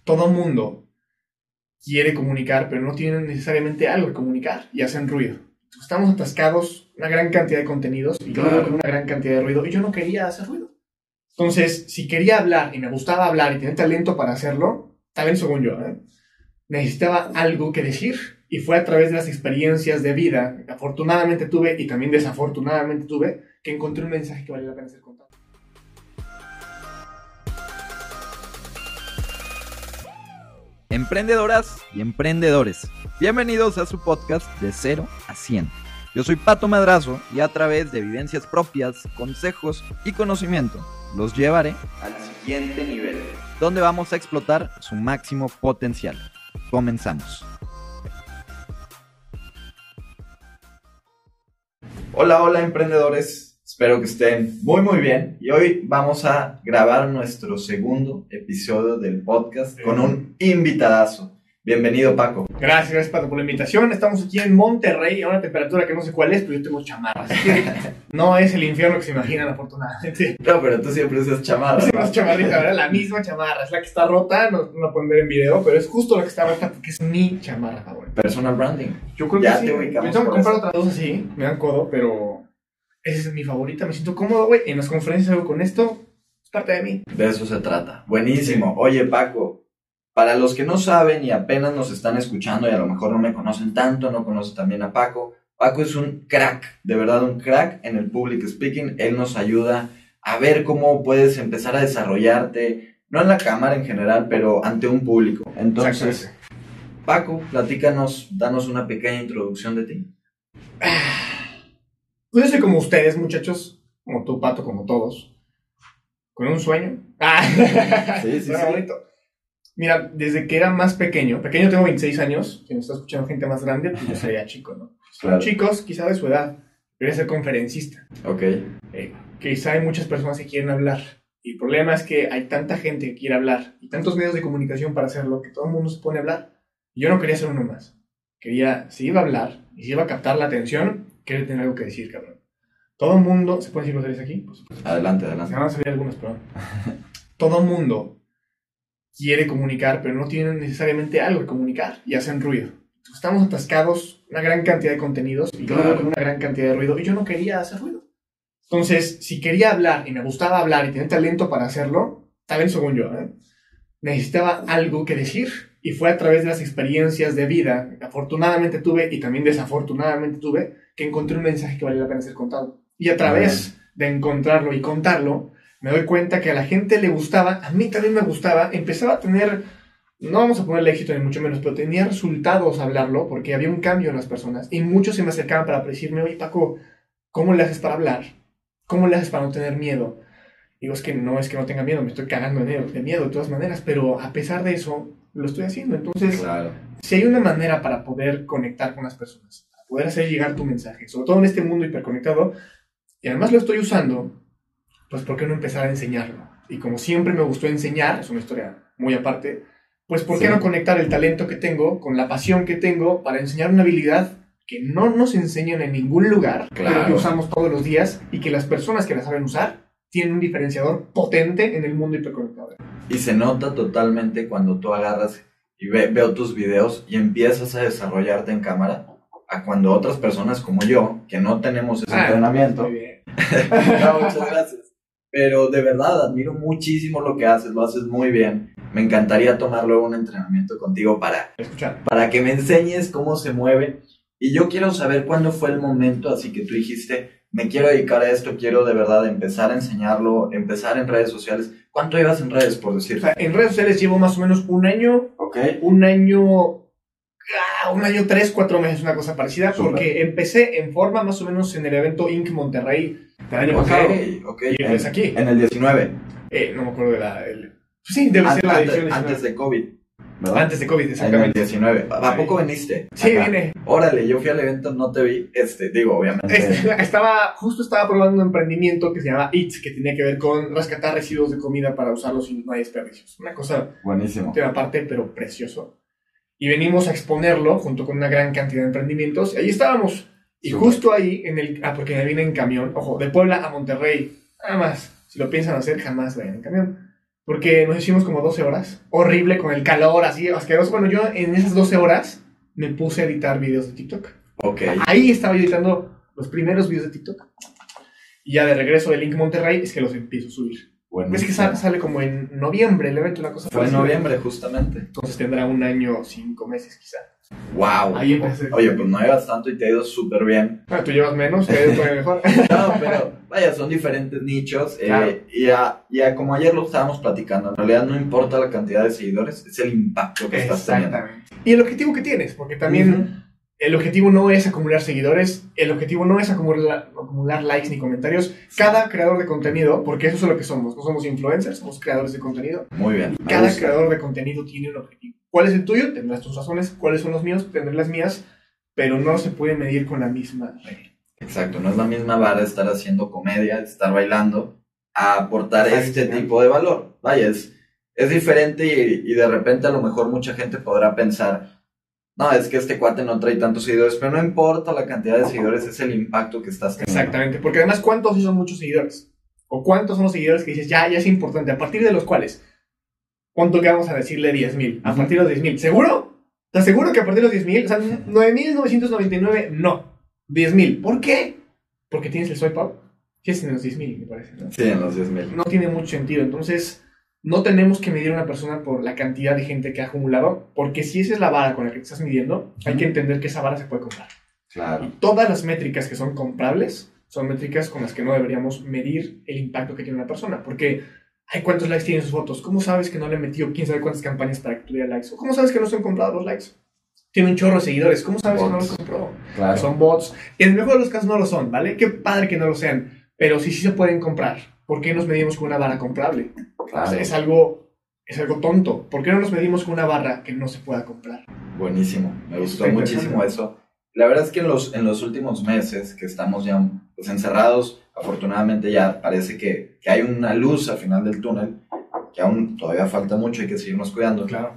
Todo mundo quiere comunicar, pero no tienen necesariamente algo que comunicar y hacen ruido. Estamos atascados, una gran cantidad de contenidos y luego con una gran cantidad de ruido y yo no quería hacer ruido. Entonces, si quería hablar y me gustaba hablar y tenía talento para hacerlo, también según yo, necesitaba algo que decir y fue a través de las experiencias de vida que afortunadamente tuve y también desafortunadamente tuve que encontré un mensaje que vale la pena ser contado. Emprendedoras y emprendedores, bienvenidos a su podcast de 0 a 100. Yo soy Pato Madrazo y a través de vivencias propias, consejos y conocimiento los llevaré al siguiente nivel, donde vamos a explotar su máximo potencial. Comenzamos. Hola emprendedores. Espero que estén muy bien y hoy vamos a grabar nuestro segundo episodio del podcast con un invitadazo. Bienvenido, Paco. Gracias Pato por la invitación. Estamos aquí en Monterrey a una temperatura que no sé cuál es, pero yo tengo chamarras. No es el infierno que se imaginan, afortunadamente. No, pero tú siempre usas chamarra. Sí, es chamarrita, ¿verdad? La misma chamarra. Es la que está rota, no la pueden ver en video, pero es justo la que está rota porque es mi chamarra favorita. Personal branding. Yo creo ya que te sí. ubicamos. Yo tengo que por comprar eso. otras dos así, me dan codo, pero esa es mi favorita. Me siento cómodo, güey. En las conferencias hago con esto, es parte de mí. De eso se trata. Buenísimo. Oye, Paco, para los que no saben y apenas nos están escuchando y a lo mejor no me conocen tanto, no conocen también a Paco, Paco es un crack, de verdad un crack en el public speaking. Él nos ayuda a ver cómo puedes empezar a desarrollarte, no en la cámara en general, pero ante un público. Entonces, Paco, platícanos, danos una pequeña introducción de ti. Pues yo soy como ustedes, muchachos, como tú, Pato, como todos, con un sueño. Sí. Bonito. Mira, desde que era más pequeño tengo 26 años, si nos está escuchando gente más grande, pues yo sería chico, ¿no? Claro. Chicos, quizá de su edad, quería ser conferencista. Ok. Quizá hay muchas personas que quieren hablar, y el problema es que hay tanta gente que quiere hablar, y tantos medios de comunicación para hacerlo, que todo el mundo se pone a hablar. Y yo no quería ser uno más. Quería, si iba a hablar, y si iba a captar la atención, quería tener algo que decir, cabrón. Todo el mundo, ¿se pueden decir groserías aquí? Pues, Adelante. se van a salir algunos, perdón. Todo el mundo quiere comunicar, pero no tienen necesariamente algo que comunicar y hacen ruido. Estamos atascados, una gran cantidad de contenidos y luego con una gran cantidad de ruido y yo no quería hacer ruido. Entonces, si quería hablar y me gustaba hablar y tenía talento para hacerlo, también según yo, necesitaba algo que decir y fue a través de las experiencias de vida que afortunadamente tuve y también desafortunadamente tuve que encontré un mensaje que vale la pena ser contado. Y a través de encontrarlo y contarlo, me doy cuenta que a la gente le gustaba, a mí también me gustaba, empezaba a tener, no vamos a ponerle éxito ni mucho menos, pero tenía resultados hablarlo porque había un cambio en las personas y muchos se me acercaban para decirme, oye Paco, ¿cómo le haces para hablar? ¿Cómo le haces para no tener miedo? Digo, es que no tenga miedo, me estoy cagando de miedo de todas maneras, pero a pesar de eso, lo estoy haciendo. Entonces, si hay una manera para poder conectar con las personas, para poder hacer llegar tu mensaje, sobre todo en este mundo hiperconectado, y además lo estoy usando, pues ¿por qué no empezar a enseñarlo? Y como siempre me gustó enseñar, es una historia muy aparte, pues ¿por qué no conectar el talento que tengo con la pasión que tengo para enseñar una habilidad que no nos enseñan en ningún lugar, pero que usamos todos los días y que las personas que la saben usar tienen un diferenciador potente en el mundo hiperconectado? Y se nota totalmente cuando tú agarras y veo tus videos y empiezas a desarrollarte en cámara, a cuando otras personas como yo, que no tenemos ese entrenamiento. Muy bien. No, muchas gracias. Pero de verdad, admiro muchísimo lo que haces, lo haces muy bien. Me encantaría tomar luego un entrenamiento contigo para que me enseñes cómo se mueve. Y yo quiero saber cuándo fue el momento, así que tú dijiste, me quiero dedicar a esto, quiero de verdad empezar a enseñarlo, empezar en redes sociales. ¿Cuánto llevas en redes, por decir? O sea, en redes sociales llevo más o menos un año. Ok. Un año, 3-4 meses, una cosa parecida, Super. Porque empecé en forma más o menos en el evento Inc. Monterrey del año pasado. Ok. Y empecé aquí. En el 19. No me acuerdo sí, debe ser la edición 19. Antes de COVID, ¿verdad? Antes de COVID, En el exactamente. 19. ¿A poco viniste? Sí, Acá. vine. Órale, yo fui al evento, no te vi. Obviamente. Estaba probando un emprendimiento que se llama Eats, que tenía que ver con rescatar residuos de comida para usarlos y no hay desperdicios. Una cosa Buenísimo. tema aparte, pero precioso. Y venimos a exponerlo junto con una gran cantidad de emprendimientos. Y ahí estábamos. Y Super. justo ahí, porque me vine en camión, ojo, de Puebla a Monterrey, nada más. Si lo piensan hacer, jamás vayan en camión. Porque nos hicimos como 12 horas. Horrible, con el calor, así, asqueroso. Bueno, yo en esas 12 horas me puse a editar videos de TikTok. Ok. Ahí estaba yo editando los primeros videos de TikTok. Y ya de regreso de Link Monterrey es que los empiezo a subir. Bueno, Es que sale como en noviembre el evento, una cosa fue en parecida. noviembre, justamente. Entonces tendrá 1 año, 5 meses quizá. ¡Wow! Ahí empecé. Oye, pues no llevas tanto y te ha ido súper bien. Bueno, tú llevas menos, te fue mejor. No, pero vaya, son diferentes nichos. Claro. Como ayer lo estábamos platicando, en realidad no importa la cantidad de seguidores, es el impacto que estás teniendo. Exactamente. Y el objetivo que tienes, porque también el objetivo no es acumular seguidores, el objetivo no es acumular likes ni comentarios. Cada creador de contenido, porque eso es lo que somos, no somos influencers, somos creadores de contenido. Muy bien. me Cada gusta. creador de contenido tiene un objetivo. ¿Cuál es el tuyo? Tendrás tus razones. ¿Cuáles son los míos? Tendré las mías, pero no se puede medir con la misma regla. Exacto, no es la misma vara estar haciendo comedia, estar bailando, a aportar este tipo de valor. Vaya, es diferente y de repente a lo mejor mucha gente podrá pensar, no, es que este cuate no trae tantos seguidores, pero no importa la cantidad de seguidores, es el impacto que estás teniendo. Exactamente, porque además, ¿cuántos sí son muchos seguidores? ¿O cuántos son los seguidores que dices, ya es importante? A partir de los cuales, ¿cuánto que vamos a decirle 10,000? A partir de los 10,000, ¿seguro? ¿Estás seguro que a partir de los 10,000? O sea, 9,999, no. 10,000. ¿Por qué? Porque tienes el swipe up. Sí, es en los 10,000, me parece, ¿no? Sí, en los 10,000. No tiene mucho sentido. Entonces, no tenemos que medir a una persona por la cantidad de gente que ha acumulado, porque si esa es la vara con la que te estás midiendo, hay que entender que esa vara se puede comprar. Claro. Y todas las métricas que son comprables son métricas con las que no deberíamos medir el impacto que tiene una persona, porque ay, ¿cuántos likes tienen sus fotos? ¿Cómo sabes que no le metió quién sabe cuántas campañas para que tuviera likes? ¿O cómo sabes que no son comprados los likes? Tiene un chorro de seguidores, ¿cómo sabes que no los compró? Claro. Que son bots. En el mejor de los casos no lo son, ¿vale? Qué padre que no lo sean, pero sí se pueden comprar. ¿Por qué nos medimos con una barra comprable? Claro. O sea, es algo tonto. ¿Por qué no nos medimos con una barra que no se pueda comprar? Buenísimo, me gustó Está muchísimo eso. La verdad es que en los últimos meses que estamos ya pues, encerrados, afortunadamente ya parece que hay una luz al final del túnel, que aún todavía falta mucho, hay que seguirnos cuidando. Claro.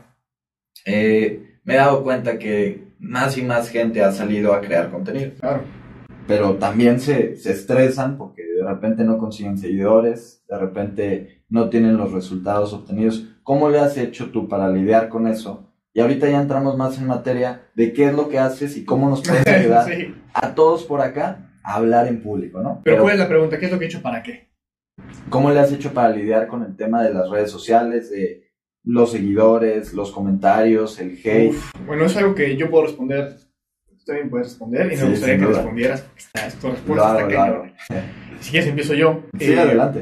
Me he dado cuenta que más y más gente ha salido a crear contenido. Claro. Pero también se estresan porque de repente no consiguen seguidores, de repente no tienen los resultados obtenidos. ¿Cómo le has hecho tú para lidiar con eso? Y ahorita ya entramos más en materia de qué es lo que haces y cómo nos puedes ayudar Sí. a todos por acá a hablar en público, ¿no? Pero ¿cuál es la pregunta? ¿Qué es lo que he hecho para qué? ¿Cómo le has hecho para lidiar con el tema de las redes sociales, de los seguidores, los comentarios, el hate? Bueno, es algo que yo puedo responder. Tú también puedes responder y me Sí, gustaría sin que duda. respondieras. Tu respuesta Lo hago, está lo hago. cañona. Si quieres empiezo yo. Sí, adelante.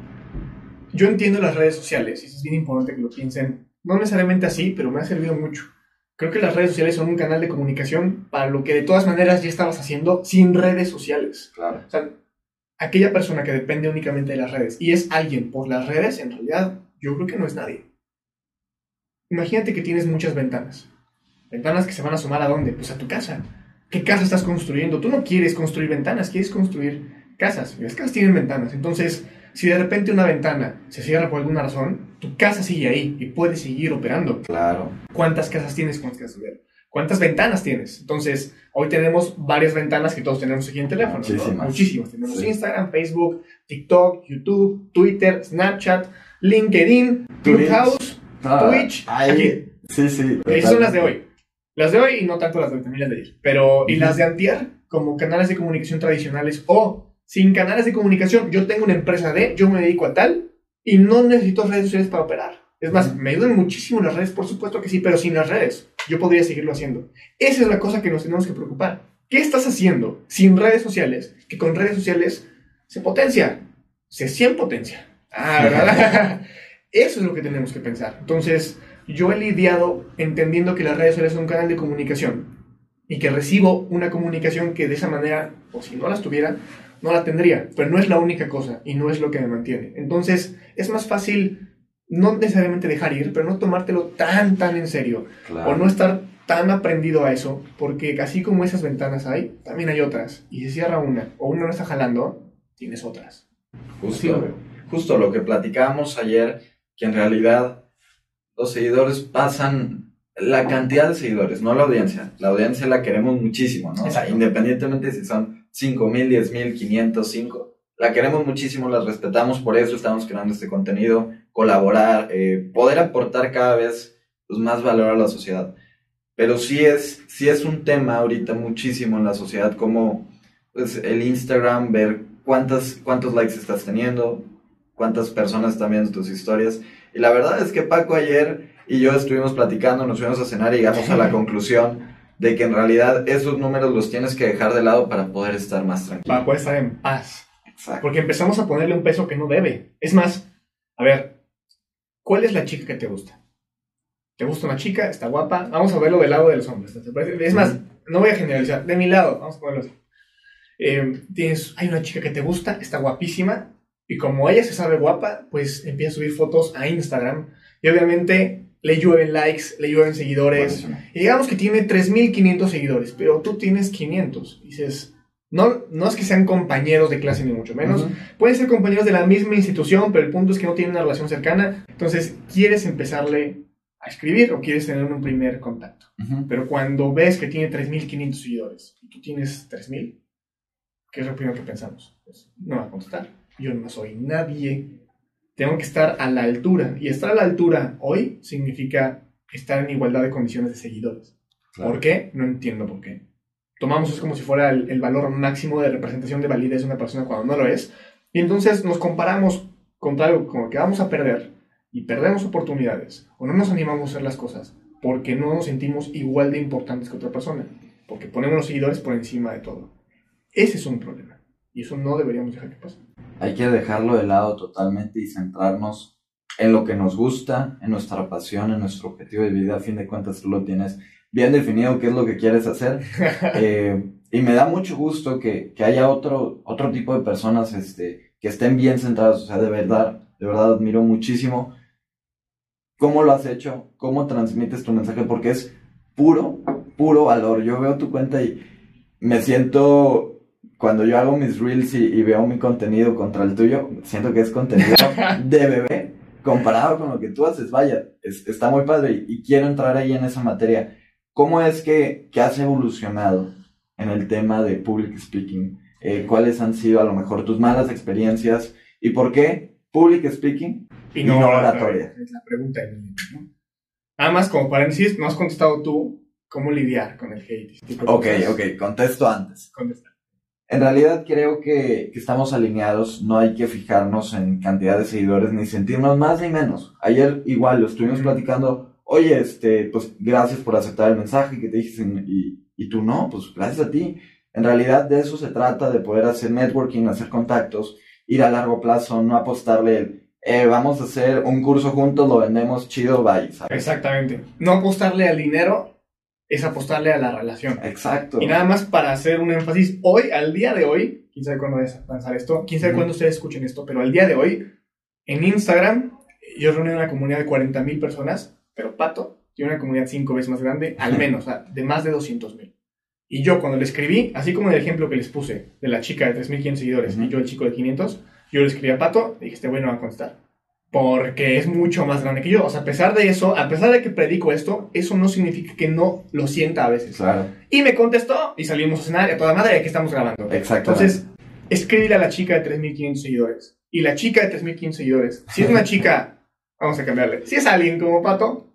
Yo entiendo las redes sociales y eso es bien importante que lo piensen. No necesariamente así, pero me ha servido mucho. Creo que las redes sociales son un canal de comunicación para lo que de todas maneras ya estabas haciendo sin redes sociales. Claro. O sea, aquella persona que depende únicamente de las redes y es alguien por las redes, en realidad, yo creo que no es nadie. Imagínate que tienes muchas ventanas. Ventanas que se van a sumar ¿a dónde? Pues a tu casa. ¿Qué casa estás construyendo? Tú no quieres construir ventanas, quieres construir casas. Y las casas tienen ventanas. Entonces, si de repente una ventana se cierra por alguna razón, tu casa sigue ahí y puede seguir operando. Claro. ¿Cuántas casas tienes? ¿Cuántas ventanas tienes? Entonces, hoy tenemos varias ventanas que todos tenemos aquí en teléfono. Muchísimas. ¿no? Muchísimas. Tenemos Sí. Instagram, Facebook, TikTok, YouTube, Twitter, Snapchat, LinkedIn, Twitch. Clubhouse, Twitch. Ahí. Aquí. Sí. Esas son las de hoy. Las de hoy y no tanto las de hoy, también las de ayer. Pero, y las de antier, como canales de comunicación tradicionales o sin canales de comunicación, yo tengo una empresa yo me dedico a tal y no necesito redes sociales para operar. Es más, me ayudan muchísimo las redes, por supuesto que sí, pero sin las redes yo podría seguirlo haciendo. Esa es la cosa que nos tenemos que preocupar. ¿Qué estás haciendo sin redes sociales que con redes sociales se potencia? Se 100 potencia. ¿Verdad? Eso es lo que tenemos que pensar. Entonces, yo he lidiado entendiendo que las redes sociales son un canal de comunicación y que recibo una comunicación que de esa manera, o si no las tuviera, no la tendría. Pero no es la única cosa y no es lo que me mantiene. Entonces, es más fácil no necesariamente dejar ir, pero no tomártelo tan en serio. Claro. O no estar tan aprendido a eso, porque así como esas ventanas hay, también hay otras. Y si cierra una o una no está jalando, tienes otras. Así lo veo. Justo lo que platicábamos ayer, que en realidad los seguidores pasan la cantidad de seguidores, no la audiencia. La audiencia la queremos muchísimo, ¿no? O sea, independientemente si son 5,000, 10,000, 505, la queremos muchísimo, la respetamos, por eso estamos creando este contenido. colaborar, poder aportar cada vez pues, más valor a la sociedad. Pero sí es un tema ahorita muchísimo en la sociedad, como pues, el Instagram, ver cuántos likes estás teniendo, cuántas personas están viendo tus historias. Y la verdad es que Paco ayer y yo estuvimos platicando, nos fuimos a cenar y llegamos a la conclusión de que en realidad esos números los tienes que dejar de lado para poder estar más tranquilo. Para poder estar en paz. Exacto. Porque empezamos a ponerle un peso que no debe. Es más, a ver, ¿cuál es la chica que te gusta? ¿Te gusta una chica? ¿Está guapa? Vamos a verlo del lado de los hombres. Es más, no voy a generalizar. De mi lado, vamos a ponerlo así. Hay una chica que te gusta, está guapísima, y como ella se sabe guapa, pues empieza a subir fotos a Instagram, y obviamente le llueven likes, le llueven seguidores, Buenísimo. y digamos que tiene 3.500 seguidores, pero tú tienes 500. Dices, no es que sean compañeros de clase ni mucho menos, pueden ser compañeros de la misma institución, pero el punto es que no tienen una relación cercana. Entonces quieres empezarle a escribir o quieres tener un primer contacto, pero cuando ves que tiene 3.500 seguidores y tú tienes 3.000, ¿qué es lo primero que pensamos? Pues no va a contestar. Yo no soy nadie. Tengo que estar a la altura. Y estar a la altura hoy significa estar en igualdad de condiciones de seguidores. Claro. ¿Por qué? No entiendo por qué. Tomamos eso como si fuera el valor máximo de representación de validez de una persona cuando no lo es. Y entonces nos comparamos contra algo como que vamos a perder y perdemos oportunidades. O no nos animamos a hacer las cosas porque no nos sentimos igual de importantes que otra persona. Porque ponemos los seguidores por encima de todo. Ese es un problema. Y eso no deberíamos dejar que pase. Hay que dejarlo de lado totalmente y centrarnos en lo que nos gusta, en nuestra pasión, en nuestro objetivo de vida. A fin de cuentas tú lo tienes bien definido, qué es lo que quieres hacer. Y me da mucho gusto que haya otro tipo de personas que estén bien centradas. O sea, de verdad admiro muchísimo cómo lo has hecho, cómo transmites tu mensaje, porque es puro valor. Yo veo tu cuenta y me siento... Cuando yo hago mis reels y veo mi contenido contra el tuyo, siento que es contenido de bebé comparado con lo que tú haces. Vaya, está muy padre y quiero entrar ahí en esa materia. ¿Cómo es que has evolucionado en el tema de public speaking? ¿Cuáles han sido a lo mejor tus malas experiencias? ¿Y por qué public speaking y no oratoria? Es la pregunta, ¿no? Nada más como paréntesis, no has contestado tú cómo lidiar con el hate. Ok, contesto antes. Contesta. En realidad creo que estamos alineados, no hay que fijarnos en cantidad de seguidores ni sentirnos más ni menos. Ayer igual lo estuvimos platicando, oye, pues gracias por aceptar el mensaje que te dije y tú no, pues gracias a ti. En realidad de eso se trata, de poder hacer networking, hacer contactos, ir a largo plazo, no apostarle vamos a hacer un curso juntos, lo vendemos, chido, bye, ¿sabes? Exactamente, no apostarle al dinero, es apostarle a la relación. Exacto. Y nada más para hacer un énfasis, hoy, al día de hoy, quién sabe cuándo es lanzar esto, quién sabe cuándo ustedes escuchen esto, pero al día de hoy, en Instagram, yo reuní una comunidad de 40,000 personas, pero Pato tiene una comunidad 5 veces más grande, al menos, o sea, de más de 200,000. Y yo cuando le escribí, así como en el ejemplo que les puse, de la chica de 3.500 seguidores y yo el chico de 500, yo le escribí a Pato, y dije, este güey no va a contestar. Porque es mucho más grande que yo. O sea, a pesar de eso, a pesar de que predico esto, eso no significa que no lo sienta a veces. Claro. Y me contestó y salimos a cenar y a toda madre, aquí estamos grabando. Exactamente. Entonces, escríbele a la chica de 3.500 seguidores. Y la chica de 3.500 seguidores, si es una chica, vamos a cambiarle, si es alguien como Pato,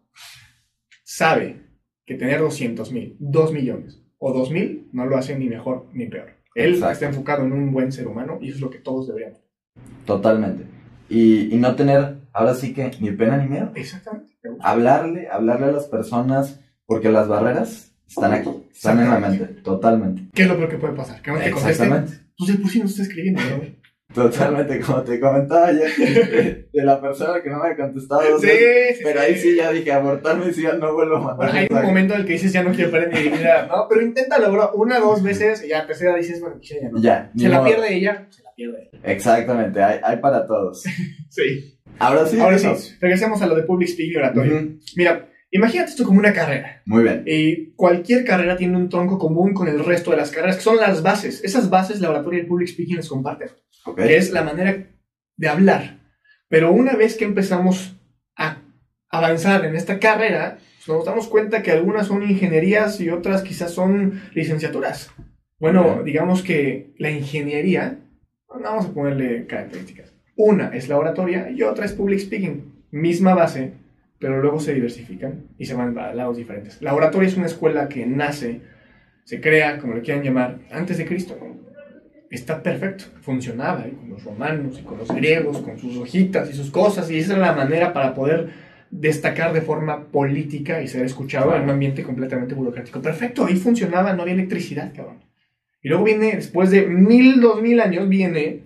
sabe que tener 200,000, 2 millones o 2,000 no lo hace ni mejor ni peor. Él está enfocado en un buen ser humano y eso es lo que todos deberíamos. Totalmente. Y no tener, ahora sí que, ni pena ni miedo. Exactamente. Hablarle a las personas, porque las barreras están aquí, están en la mente, totalmente. ¿Qué es lo peor que puede pasar? Que no te contesten. Tú de por sí no estás escribiendo, ¿no? Totalmente, como te comentaba ayer, de la persona que no me ha contestado. Sí, pero ahí sí ya dije, abortar misión, no vuelvo a mandar. Bueno, hay un momento en el que dices, ya no quiero perder mi dignidad, ¿no? Pero inténtalo, bro, 1 2 veces, y a la tercera dices, bueno, ya no. Ya. Se la pierde ella, se la pierde. Exactamente, hay para todos. Sí. Ahora sí, regresemos a lo de public speaking oratorio. Mira, imagínate esto como una carrera. Muy bien. Y cualquier carrera tiene un tronco común con el resto de las carreras, que son las bases. Esas bases la oratoria y el public speaking les comparten. Que es la manera de hablar. Pero una vez que empezamos a avanzar en esta carrera, pues nos damos cuenta que algunas son ingenierías y otras quizás son licenciaturas. Bueno, digamos que la ingeniería, vamos a ponerle características. Una es la oratoria y otra es public speaking. misma base, pero luego se diversifican y se van a lados diferentes. La oratoria es una escuela que nace, se crea, como le quieran llamar, antes de Cristo, ¿no? Está perfecto, funcionaba con los romanos y con los griegos, con sus hojitas y sus cosas, y esa era la manera para poder destacar de forma política y ser escuchado en un ambiente completamente burocrático. Perfecto, ahí funcionaba, no había electricidad, cabrón. Y luego viene, después de 2000 años, viene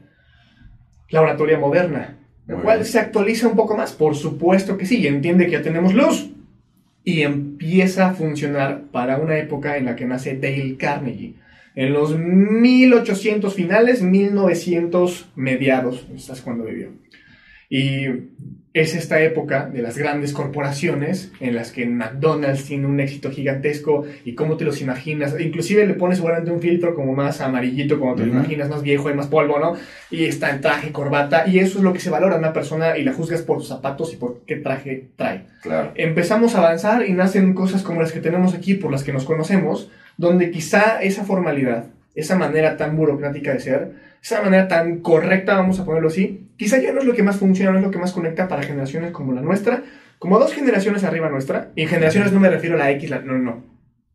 la oratoria moderna, la cual se actualiza un poco más, por supuesto que sí, y entiende que ya tenemos luz, y empieza a funcionar para una época en la que nace Dale Carnegie, en los 1800 finales, 1900 mediados, esta es cuando vivió. Y es esta época de las grandes corporaciones en las que McDonald's tiene un éxito gigantesco y cómo te los imaginas. Inclusive le pones seguramente un filtro como más amarillito, como te lo imaginas, más viejo y más polvo, ¿no? Y está en traje, corbata, y eso es lo que se valora en una persona y la juzgas por sus zapatos y por qué traje trae. Claro. Empezamos a avanzar y nacen cosas como las que tenemos aquí, por las que nos conocemos, donde quizá esa formalidad, esa manera tan burocrática de ser, esa manera tan correcta, vamos a ponerlo así, quizá ya no es lo que más funciona, no es lo que más conecta para generaciones como la nuestra, como 2 generaciones arriba nuestra, y en generaciones no me refiero a la X, no.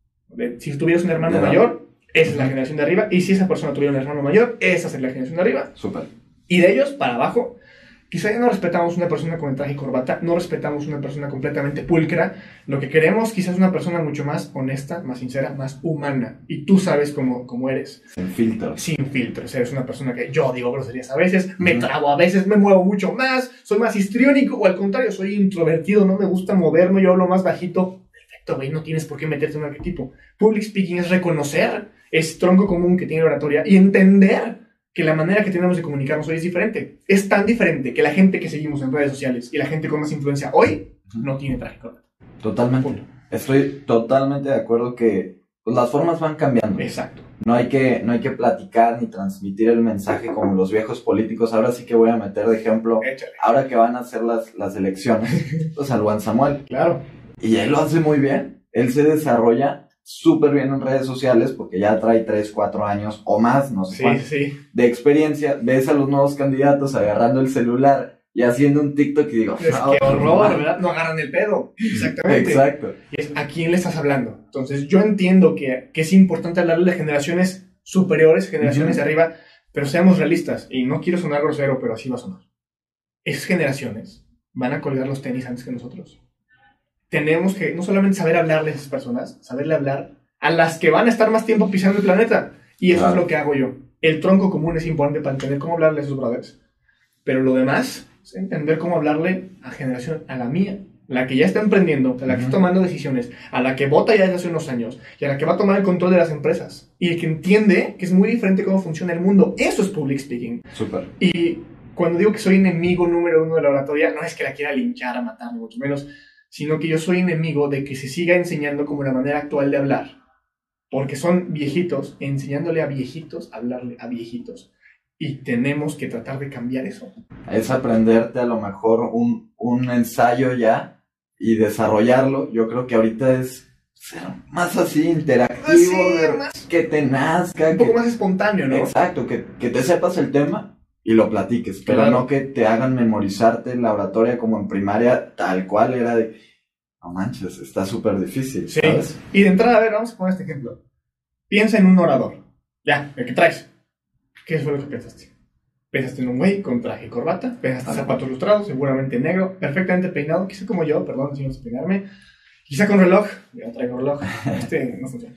Si tuvieras un hermano mayor, esa es la generación de arriba, y si esa persona tuviera un hermano mayor, esa es la generación de arriba. Súper. Y de ellos para abajo, quizá ya no respetamos una persona con el traje y corbata, no respetamos una persona completamente pulcra. Lo que queremos quizás es una persona mucho más honesta, más sincera, más humana. Y tú sabes cómo eres. Sin filtros. Sin filtros. Eres una persona que yo digo groserías a veces, me trabo a veces, me muevo mucho más, soy más histriónico, o al contrario, soy introvertido, no me gusta moverme, yo hablo más bajito. Perfecto, güey, no tienes por qué meterte en un arquetipo. Public speaking es reconocer ese tronco común que tiene la oratoria y entender que la manera que tenemos de comunicarnos hoy es diferente. Es tan diferente que la gente que seguimos en redes sociales y la gente con más influencia hoy no tiene traje corbata. Totalmente. Punto. Estoy totalmente de acuerdo que pues, las formas van cambiando. Exacto. No hay que platicar ni transmitir el mensaje como los viejos políticos. Ahora sí que voy a meter de ejemplo, Échale. ahora que van a hacer las elecciones, pues al Juan Samuel. Claro. Y él lo hace muy bien. Él se desarrolla súper bien en redes sociales porque ya trae 3, 4 años o más, no sé cuánto, de experiencia. Ves a los nuevos candidatos agarrando el celular y haciendo un TikTok y digo, qué horror, ¿verdad? No agarran el pedo. Exactamente. Exacto. Y es, ¿a quién le estás hablando? Entonces yo entiendo que es importante hablarle de generaciones superiores, generaciones de arriba, pero seamos realistas, y no quiero sonar grosero, pero así va a sonar. Esas generaciones van a colgar los tenis antes que nosotros. Tenemos que no solamente saber hablarle a esas personas, saberle hablar a las que van a estar más tiempo pisando el planeta. Y eso es lo que hago yo. El tronco común es importante para entender cómo hablarle a esos brothers. Pero lo demás es entender cómo hablarle a generación, a la mía, la que ya está emprendiendo, a la que está tomando decisiones, a la que vota ya desde hace unos años y a la que va a tomar el control de las empresas. Y el que entiende que es muy diferente cómo funciona el mundo. Eso es public speaking. Súper. Y cuando digo que soy enemigo número 1 de la oratoria, no es que la quiera linchar, a matar, ni mucho menos, sino que yo soy enemigo de que se siga enseñando como la manera actual de hablar. Porque son viejitos, enseñándole a viejitos a hablarle a viejitos. Y tenemos que tratar de cambiar eso. Es aprenderte a lo mejor un ensayo ya y desarrollarlo. Yo creo que ahorita es ser más así interactivo, más, que te nazca. Un poco más espontáneo, ¿no? Exacto, que te sepas el tema y lo platiques, pero no que te hagan memorizarte la oratoria como en primaria, tal cual era de, no manches, está súper difícil, ¿sabes? Sí. Y de entrada, a ver, vamos a poner este ejemplo. Piensa en un orador. Ya, el que traes. ¿Qué fue lo que pensaste? Pensaste en un güey con traje y corbata, pensaste en zapatos lustrados, seguramente negro, perfectamente peinado, quizá como yo, perdón si no sé peinarme, quizá con reloj, yo no traigo reloj, no funciona.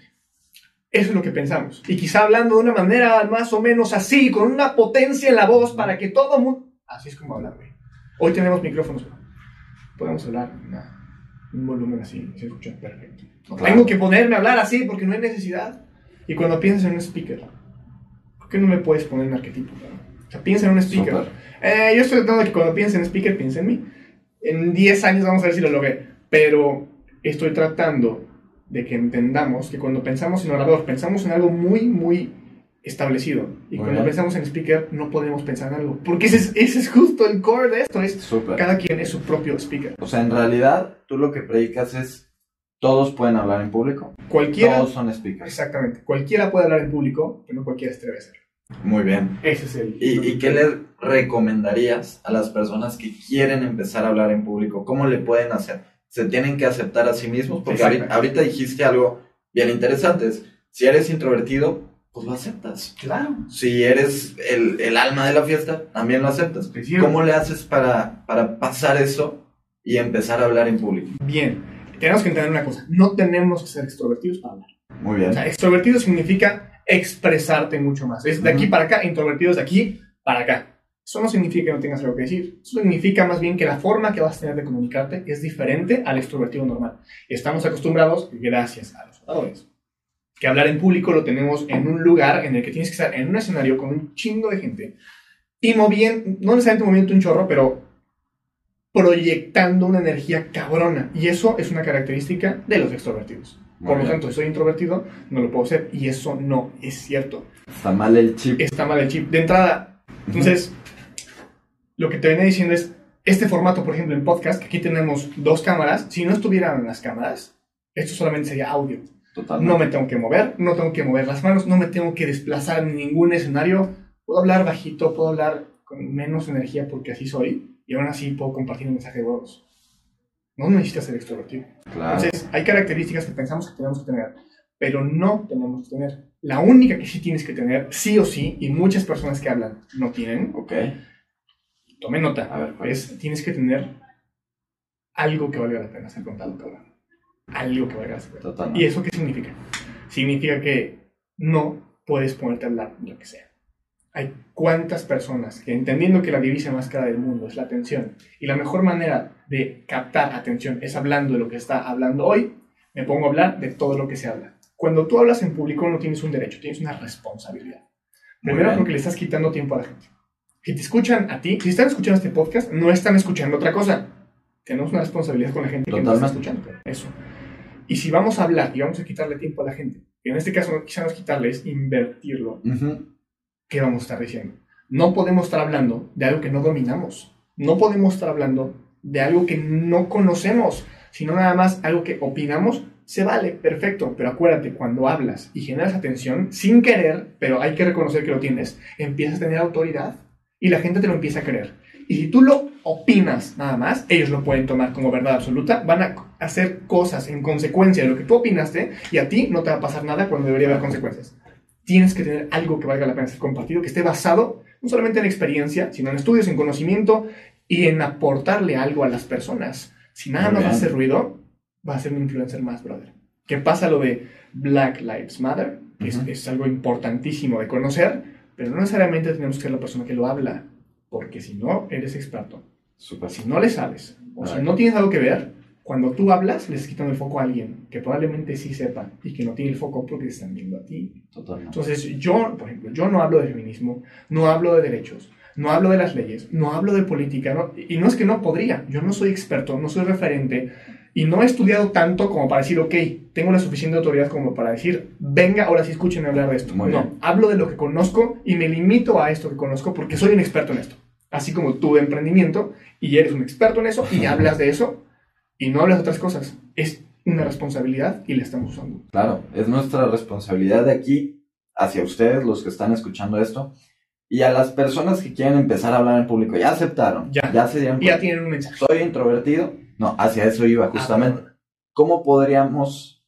Eso es lo que pensamos. Y quizá hablando de una manera más o menos así, con una potencia en la voz para que todo el mundo... Así es como hablar, güey. Hoy tenemos micrófonos. Podemos hablar un volumen así, se escucha perfecto. No tengo que ponerme a hablar así porque no hay necesidad. Y cuando piensas en un speaker, ¿por qué no me puedes poner un arquetipo? O sea, piensa en un speaker. Yo estoy tratando de que cuando piense en speaker, piense en mí. En 10 años vamos a ver si lo logré. Pero estoy tratando de que entendamos que cuando pensamos en orador, pensamos en algo muy, muy establecido. Y cuando pensamos en speaker, no podemos pensar en algo. Porque ese es justo el core de esto. Cada quien es su propio speaker. O sea, en realidad, tú lo que predicas es todos pueden hablar en público. Cualquiera. Todos son speakers. Exactamente. Cualquiera puede hablar en público, pero no cualquiera se atreve a hacerlo. Muy bien. Ese es el... ¿Y qué le recomendarías a las personas que quieren empezar a hablar en público? ¿Cómo le pueden hacer? ¿Se tienen que aceptar a sí mismos? Porque ahorita dijiste algo bien interesante. Si eres introvertido, pues lo aceptas. Claro. Si eres el alma de la fiesta, también lo aceptas. Sí. ¿Cómo le haces para pasar eso y empezar a hablar en público? Bien. Tenemos que entender una cosa. No tenemos que ser extrovertidos para hablar. Muy bien. O sea, extrovertido significa expresarte mucho más. Es de aquí para acá, introvertido es de aquí para acá. Eso no significa que no tengas algo que decir. Eso significa más bien que la forma que vas a tener de comunicarte es diferente al extrovertido normal. Estamos acostumbrados, gracias a los oradores, que hablar en público lo tenemos en un lugar en el que tienes que estar en un escenario con un chingo de gente y moviendo, no necesariamente moviendo un chorro, pero proyectando una energía cabrona. Y eso es una característica de los extrovertidos. Por lo tanto, si soy introvertido, no lo puedo ser. Y eso no es cierto. Está mal el chip. Está mal el chip. De entrada, entonces, lo que te venía diciendo es, este formato, por ejemplo, en podcast, que aquí tenemos 2 cámaras, si no estuvieran las cámaras, esto solamente sería audio. Totalmente. No me tengo que mover, no tengo que mover las manos, no me tengo que desplazar en ningún escenario. Puedo hablar bajito, puedo hablar con menos energía porque así soy. Y aún así puedo compartir un mensaje de voz. No necesitas ser extrovertido. Claro. Entonces, hay características que pensamos que tenemos que tener, pero no tenemos que tener. La única que sí tienes que tener, sí o sí, y muchas personas que hablan no tienen, Ok. tome nota, A ver, tienes que tener algo que valga la pena ser contado, cabrón. Algo que valga la pena. Totalmente. ¿Y eso qué significa? Significa que no puedes ponerte a hablar de lo que sea. Hay cuántas personas que, entendiendo que la divisa más cara del mundo es la atención, y la mejor manera de captar atención es hablando de lo que está hablando hoy, me pongo a hablar de todo lo que se habla. Cuando tú hablas en público no tienes un derecho, tienes una responsabilidad. Primero porque le estás quitando tiempo a la gente. Si te escuchan a ti, si están escuchando este podcast, no están escuchando otra cosa. Tenemos una responsabilidad con la gente que nos está escuchando. Eso. Y si vamos a hablar y vamos a quitarle tiempo a la gente, que en este caso no quisiéramos quitarle, es invertirlo, ¿qué vamos a estar diciendo? No podemos estar hablando de algo que no dominamos. No podemos estar hablando de algo que no conocemos, sino nada más algo que opinamos. Se vale, perfecto, pero acuérdate, cuando hablas y generas atención, sin querer, pero hay que reconocer que lo tienes, empiezas a tener autoridad y la gente te lo empieza a creer. Y si tú lo opinas nada más, ellos lo pueden tomar como verdad absoluta, van a hacer cosas en consecuencia de lo que tú opinaste y a ti no te va a pasar nada cuando debería haber consecuencias. Tienes que tener algo que valga la pena ser compartido, que esté basado no solamente en experiencia, sino en estudios, en conocimiento y en aportarle algo a las personas. Si nada más va a hacer ruido, va a ser un influencer más, brother. ¿Qué pasa lo de Black Lives Matter? Que es algo importantísimo de conocer, pero no necesariamente tenemos que ser la persona que lo habla, porque si no eres experto, si no le sabes, o si no tienes algo que ver, cuando tú hablas, le estás quitando el foco a alguien que probablemente sí sepa y que no tiene el foco porque te están viendo a ti. Totalmente. Entonces, yo, por ejemplo, yo no hablo de feminismo, no hablo de derechos, no hablo de las leyes, no hablo de política, no, y no es que no podría, yo no soy experto, no soy referente, y no he estudiado tanto como para decir, ok, tengo la suficiente autoridad como para decir, venga, ahora sí escúchenme hablar de esto. No, hablo de lo que conozco y me limito a esto que conozco porque soy un experto en esto. Así como tú de emprendimiento y eres un experto en eso y hablas de eso y no hablas de otras cosas. Es una responsabilidad y la estamos usando. Claro, es nuestra responsabilidad de aquí hacia ustedes, los que están escuchando esto, y a las personas que quieren empezar a hablar en público. Ya aceptaron, ya se dieron cuenta. Ya tienen un mensaje. Soy introvertido. No, hacia eso iba justamente. ¿Cómo podríamos,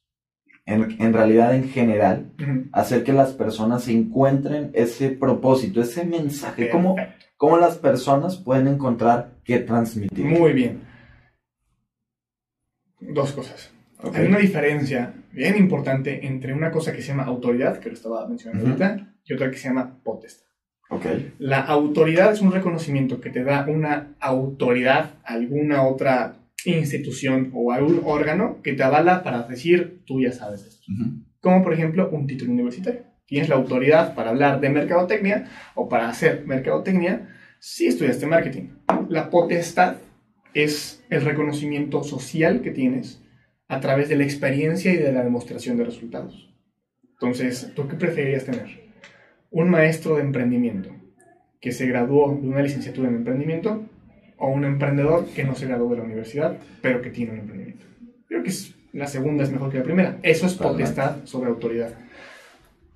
en realidad en general, hacer que las personas encuentren ese propósito, ese mensaje? ¿Cómo las personas pueden encontrar qué transmitir? Muy bien. 2 cosas. Okay. Hay una diferencia bien importante entre una cosa que se llama autoridad, que lo estaba mencionando ahorita, y otra que se llama potestad. Okay. La autoridad es un reconocimiento que te da una autoridad a alguna otra institución o algún órgano que te avala para decir, tú ya sabes esto. Como por ejemplo un título universitario. Tienes la autoridad para hablar de mercadotecnia o para hacer mercadotecnia si estudiaste marketing. La potestad es el reconocimiento social que tienes a través de la experiencia y de la demostración de resultados. Entonces, ¿tú qué preferirías tener? ¿Un maestro de emprendimiento que se graduó de una licenciatura en emprendimiento o un emprendedor que no se graduó de la universidad pero que tiene un emprendimiento? Creo que la segunda es mejor que la primera. Eso es potestad sobre autoridad.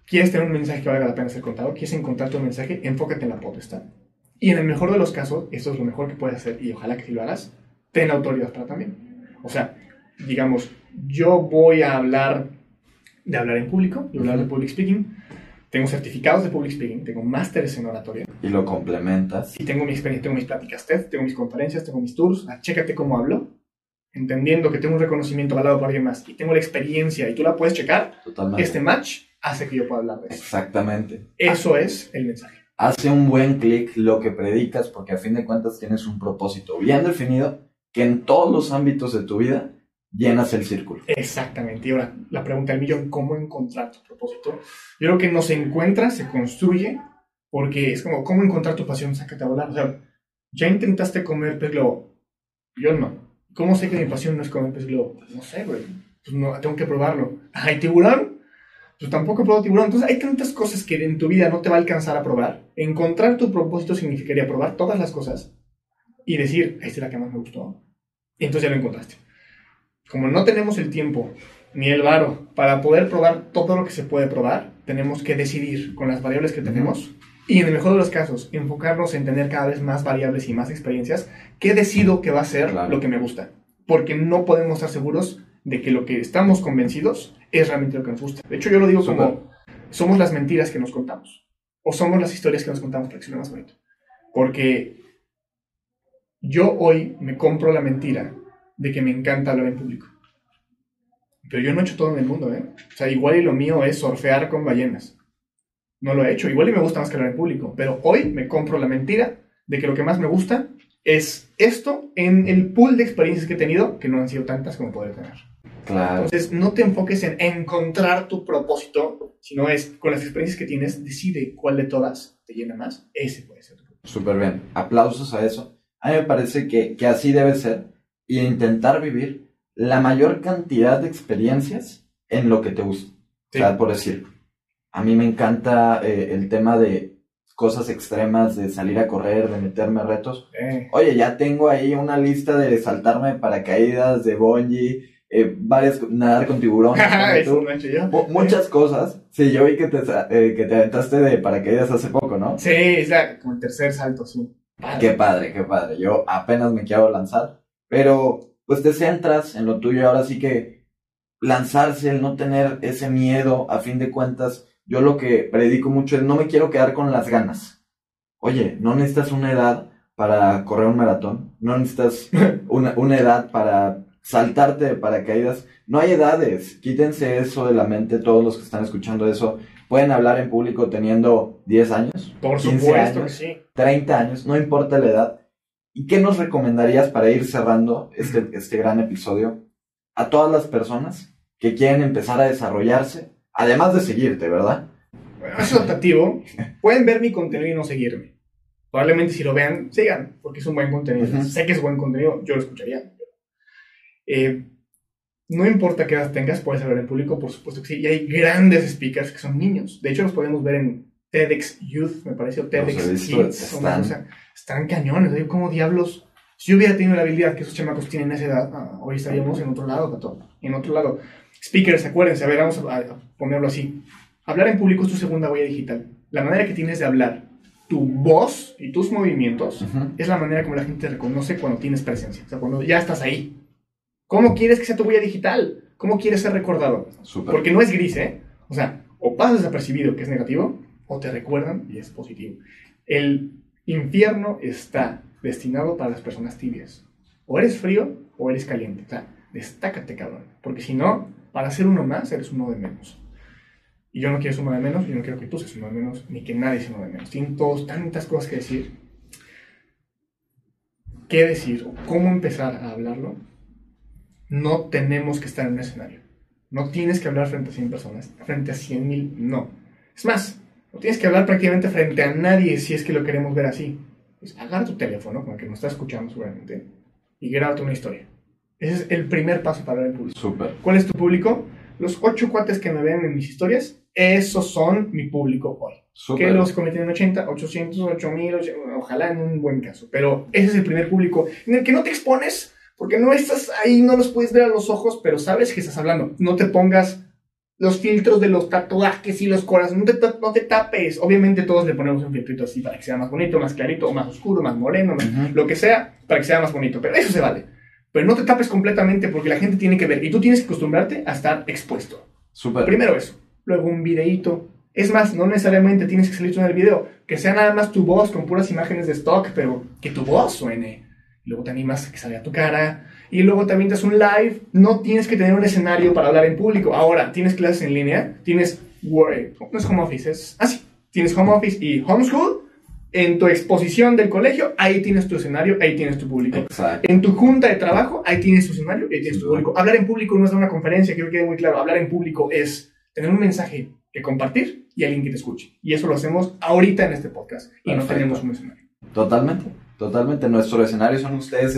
¿Quieres tener un mensaje que valga la pena ser contado? ¿Quieres encontrar tu mensaje? Enfócate en la potestad. Y en el mejor de los casos, esto es lo mejor que puedes hacer, y ojalá que si lo hagas, ten la autoridad para también. O sea, digamos, yo voy a hablar de hablar en público, de hablar de public speaking. Tengo certificados de public speaking, tengo másteres en oratoria. Y lo complementas. Y tengo mi experiencia, tengo mis pláticas TED, tengo mis conferencias, tengo mis tours. Chécate cómo hablo, entendiendo que tengo un reconocimiento avalado por alguien más y tengo la experiencia y tú la puedes checar. Totalmente. Este match hace que yo pueda hablar de eso. Exactamente. Eso es el mensaje. Hace un buen clic lo que predicas, porque a fin de cuentas tienes un propósito bien definido que en todos los ámbitos de tu vida llenas el círculo. Exactamente. Y ahora, la pregunta del millón, ¿cómo encontrar tu propósito? Yo creo que no se encuentra, se construye, porque es como, ¿cómo encontrar tu pasión? Sácate a volar. O sea, ¿ya intentaste comer pez globo? Yo no. ¿Cómo sé que mi pasión no es comer pez globo? Pues no sé, güey. Pues no, tengo que probarlo. ¿Hay tiburón? Pues tampoco he probado tiburón. Entonces hay tantas cosas que en tu vida no te va a alcanzar a probar. Encontrar tu propósito significaría probar todas las cosas y decir, esta es la que más me gustó. Y entonces ya lo encontraste. Como no tenemos el tiempo ni el varo para poder probar todo lo que se puede probar, tenemos que decidir con las variables que tenemos y en el mejor de los casos enfocarnos en tener cada vez más variables y más experiencias que decido que va a ser lo que me gusta. Porque no podemos estar seguros de que lo que estamos convencidos es realmente lo que nos gusta. De hecho, yo lo digo como somos las mentiras que nos contamos o somos las historias que nos contamos para que suene más bonito. Porque yo hoy me compro la mentira de que me encanta hablar en público. Pero yo no he hecho todo en el mundo, ¿eh? O sea, igual y lo mío es surfear con ballenas. No lo he hecho. Igual y me gusta más que hablar en público. Pero hoy me compro la mentira de que lo que más me gusta es esto en el pool de experiencias que he tenido, que no han sido tantas como poder tener. Claro. Entonces, no te enfoques en encontrar tu propósito, sino es, con las experiencias que tienes, decide cuál de todas te llena más. Ese puede ser tu propósito. Súper bien. Aplausos a eso. A mí me parece que así debe ser. Y intentar vivir la mayor cantidad de experiencias en lo que te gusta. Sí. O sea, por decir, a mí me encanta el tema de cosas extremas, de salir a correr, de meterme a retos. Oye, ya tengo ahí una lista de saltarme paracaídas, de bungee, nadar con tiburones. Eso no he hecho yo. Muchas cosas. Sí, yo vi que te aventaste de paracaídas hace poco, ¿no? Sí, es como el tercer salto, sí. Padre. Qué padre, qué padre. Yo apenas me quiero lanzar. Pero, pues te centras en lo tuyo. Ahora sí que lanzarse, el no tener ese miedo, a fin de cuentas, yo lo que predico mucho es no me quiero quedar con las ganas. Oye, no necesitas una edad para correr un maratón, no necesitas una edad para saltarte de paracaídas. No hay edades, quítense eso de la mente, todos los que están escuchando eso. Pueden hablar en público teniendo 10 años, por 15 supuesto años, que sí. 30 años, no importa la edad. ¿Y qué nos recomendarías para ir cerrando este gran episodio a todas las personas que quieren empezar a desarrollarse, además de seguirte, ¿verdad? Bueno, es adaptativo. Pueden ver mi contenido y no seguirme. Probablemente si lo vean, sigan, porque es un buen contenido. Sé que es buen contenido, yo lo escucharía. No importa qué edad tengas, puedes hablar en público, por supuesto que sí. Y hay grandes speakers que son niños. De hecho, los podemos ver en TEDx Youth, me parece, o TEDx Kids. Están cañones. Digo, ¿cómo diablos? Si yo hubiera tenido la habilidad que esos chamacos tienen en esa edad, hoy estaríamos en otro lado, Pato. En otro lado. Speakers, acuérdense, a ver, vamos a ponerlo así. Hablar en público es tu segunda huella digital. La manera que tienes de hablar, tu voz y tus movimientos, es la manera como la gente te reconoce cuando tienes presencia. O sea, cuando ya estás ahí. ¿Cómo quieres que sea tu huella digital? ¿Cómo quieres ser recordado? Súper. Porque no es gris, ¿eh? O sea, o pasas desapercibido, que es negativo, o te recuerdan y es positivo. El infierno está destinado para las personas tibias. O eres frío o eres caliente. O sea, destácate, cabrón. Porque si no, para ser uno más, eres uno de menos. Y yo no quiero ser uno de menos, yo no quiero que tú seas uno de menos, ni que nadie sea uno de menos. Tienen todos tantas cosas que decir. ¿Qué decir? ¿O cómo empezar a hablarlo? No tenemos que estar en un escenario. No tienes que hablar frente a 100 personas, frente a 100,000, no. Es más, no tienes que hablar prácticamente frente a nadie si es que lo queremos ver así. Pues agarra tu teléfono, con el que nos está escuchando seguramente, y grábate una historia. Ese es el primer paso para hablar en público. Súper. ¿Cuál es tu público? Los 8 cuates que me ven en mis historias, esos son mi público hoy. Súper. Que los cometen en 80, 800, 8000, ojalá en un buen caso. Pero ese es el primer público en el que no te expones, porque no estás ahí, no los puedes ver a los ojos, pero sabes que estás hablando. No te pongas los filtros de los tatuajes y los corazones, no te tapes. Obviamente todos le ponemos un filtrito así para que sea más bonito, más clarito, o más oscuro, más moreno, lo que sea, para que sea más bonito. Pero eso se vale. Pero no te tapes completamente porque la gente tiene que ver y tú tienes que acostumbrarte a estar expuesto. Súper. Primero eso, luego un videíto. Es más, no necesariamente tienes que salir tú en el video, que sea nada más tu voz con puras imágenes de stock, pero que tu voz suene. Luego te animas a que salga tu cara. Y luego también te haces un live. No tienes que tener un escenario para hablar en público. Ahora, tienes clases en línea. Tienes Word. No es home office, es así. Tienes home office y homeschool. En tu exposición del colegio, ahí tienes tu escenario, ahí tienes tu público. Exacto. En tu junta de trabajo, ahí tienes tu escenario, ahí tienes tu público. Hablar en público no es dar una conferencia, quiero que quede muy claro. Hablar en público es tener un mensaje que compartir y alguien que te escuche. Y eso lo hacemos ahorita en este podcast. Y Perfecto. no tenemos un escenario. Totalmente. Nuestro escenario son ustedes,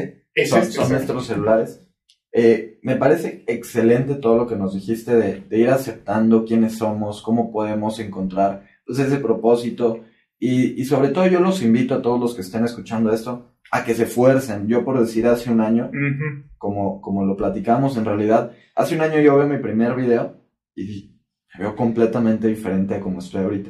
son nuestros celulares. Me parece excelente todo lo que nos dijiste de ir aceptando quiénes somos, cómo podemos encontrar pues, ese propósito. Y sobre todo yo los invito a todos los que estén escuchando esto a que se esfuercen. Yo por decir hace un año, como lo platicamos, en realidad, hace un año yo veo mi primer video y me veo completamente diferente a como estoy ahorita.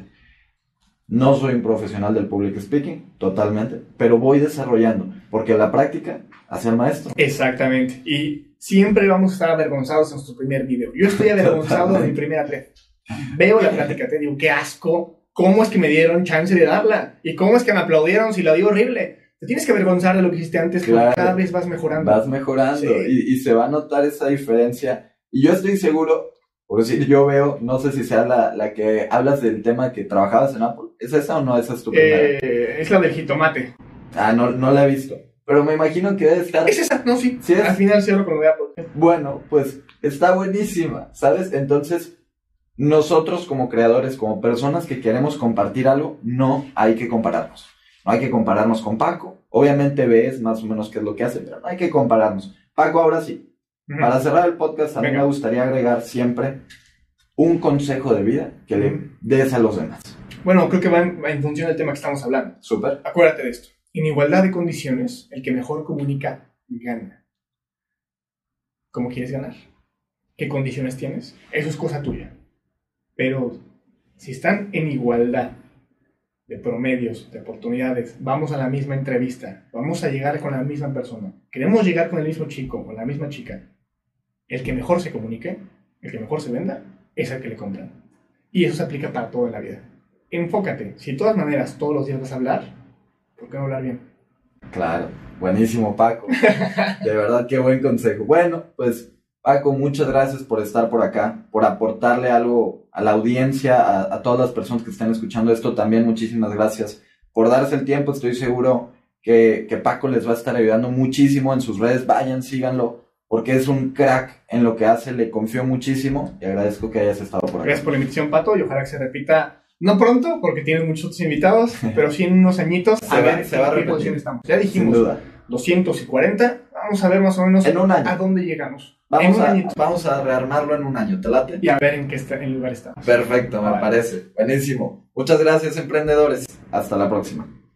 No soy un profesional del public speaking, totalmente, pero voy desarrollando, porque la práctica hace al maestro. Exactamente, y siempre vamos a estar avergonzados en nuestro primer video. Yo estoy avergonzado de mi primera red. Veo la plática, te digo, qué asco, cómo es que me dieron chance de darla, y cómo es que me aplaudieron si la di horrible. Te tienes que avergonzar de lo que hiciste antes, claro, porque cada vez vas mejorando. Vas mejorando, sí. y se va a notar esa diferencia, y yo estoy seguro. Por decir, yo veo, no sé si sea la que hablas del tema que trabajabas en Apple. ¿Es esa o no? ¿Esa es tu primera? Es la del jitomate. Ah, no la he visto. Pero me imagino que debe estar... ¿Es esa? No, sí. ¿Sí es? Al final cierro con lo de Apple. Bueno, pues está buenísima, ¿sabes? Entonces, nosotros como creadores, como personas que queremos compartir algo, no hay que compararnos. No hay que compararnos con Paco. Obviamente ves más o menos qué es lo que hace, pero no hay que compararnos. Paco, ahora sí. Para cerrar el podcast, a mí me gustaría agregar siempre un consejo de vida que le des a los demás. Bueno, creo que va en función del tema que estamos hablando. Súper. Acuérdate de esto. En igualdad de condiciones, el que mejor comunica, gana. ¿Cómo quieres ganar? ¿Qué condiciones tienes? Eso es cosa tuya. Pero si están en igualdad de promedios, de oportunidades, vamos a la misma entrevista, vamos a llegar con la misma persona, queremos llegar con el mismo chico o la misma chica, el que mejor se comunique, el que mejor se venda, es el que le compran. Y eso se aplica para todo en la vida. Enfócate. Si de todas maneras todos los días vas a hablar, ¿por qué no hablar bien? Claro. Buenísimo, Paco. De verdad, qué buen consejo. Bueno, pues, Paco, muchas gracias por estar por acá, por aportarle algo a la audiencia, a todas las personas que estén escuchando esto. También muchísimas gracias por darse el tiempo. Estoy seguro que Paco les va a estar ayudando muchísimo en sus redes. Vayan, síganlo, porque es un crack en lo que hace, le confío muchísimo y agradezco que hayas estado por aquí. Gracias por la invitación, Pato, y ojalá que se repita, no pronto, porque tienes muchos otros invitados, pero sí en unos añitos, se va a repetir. Posición estamos. Ya dijimos, sin duda. 240, vamos a ver más o menos en un año a dónde llegamos. Vamos a rearmarlo en un año, ¿te late? Y a ver en qué lugar estamos. Perfecto, me parece. Buenísimo. Muchas gracias, emprendedores. Hasta la próxima.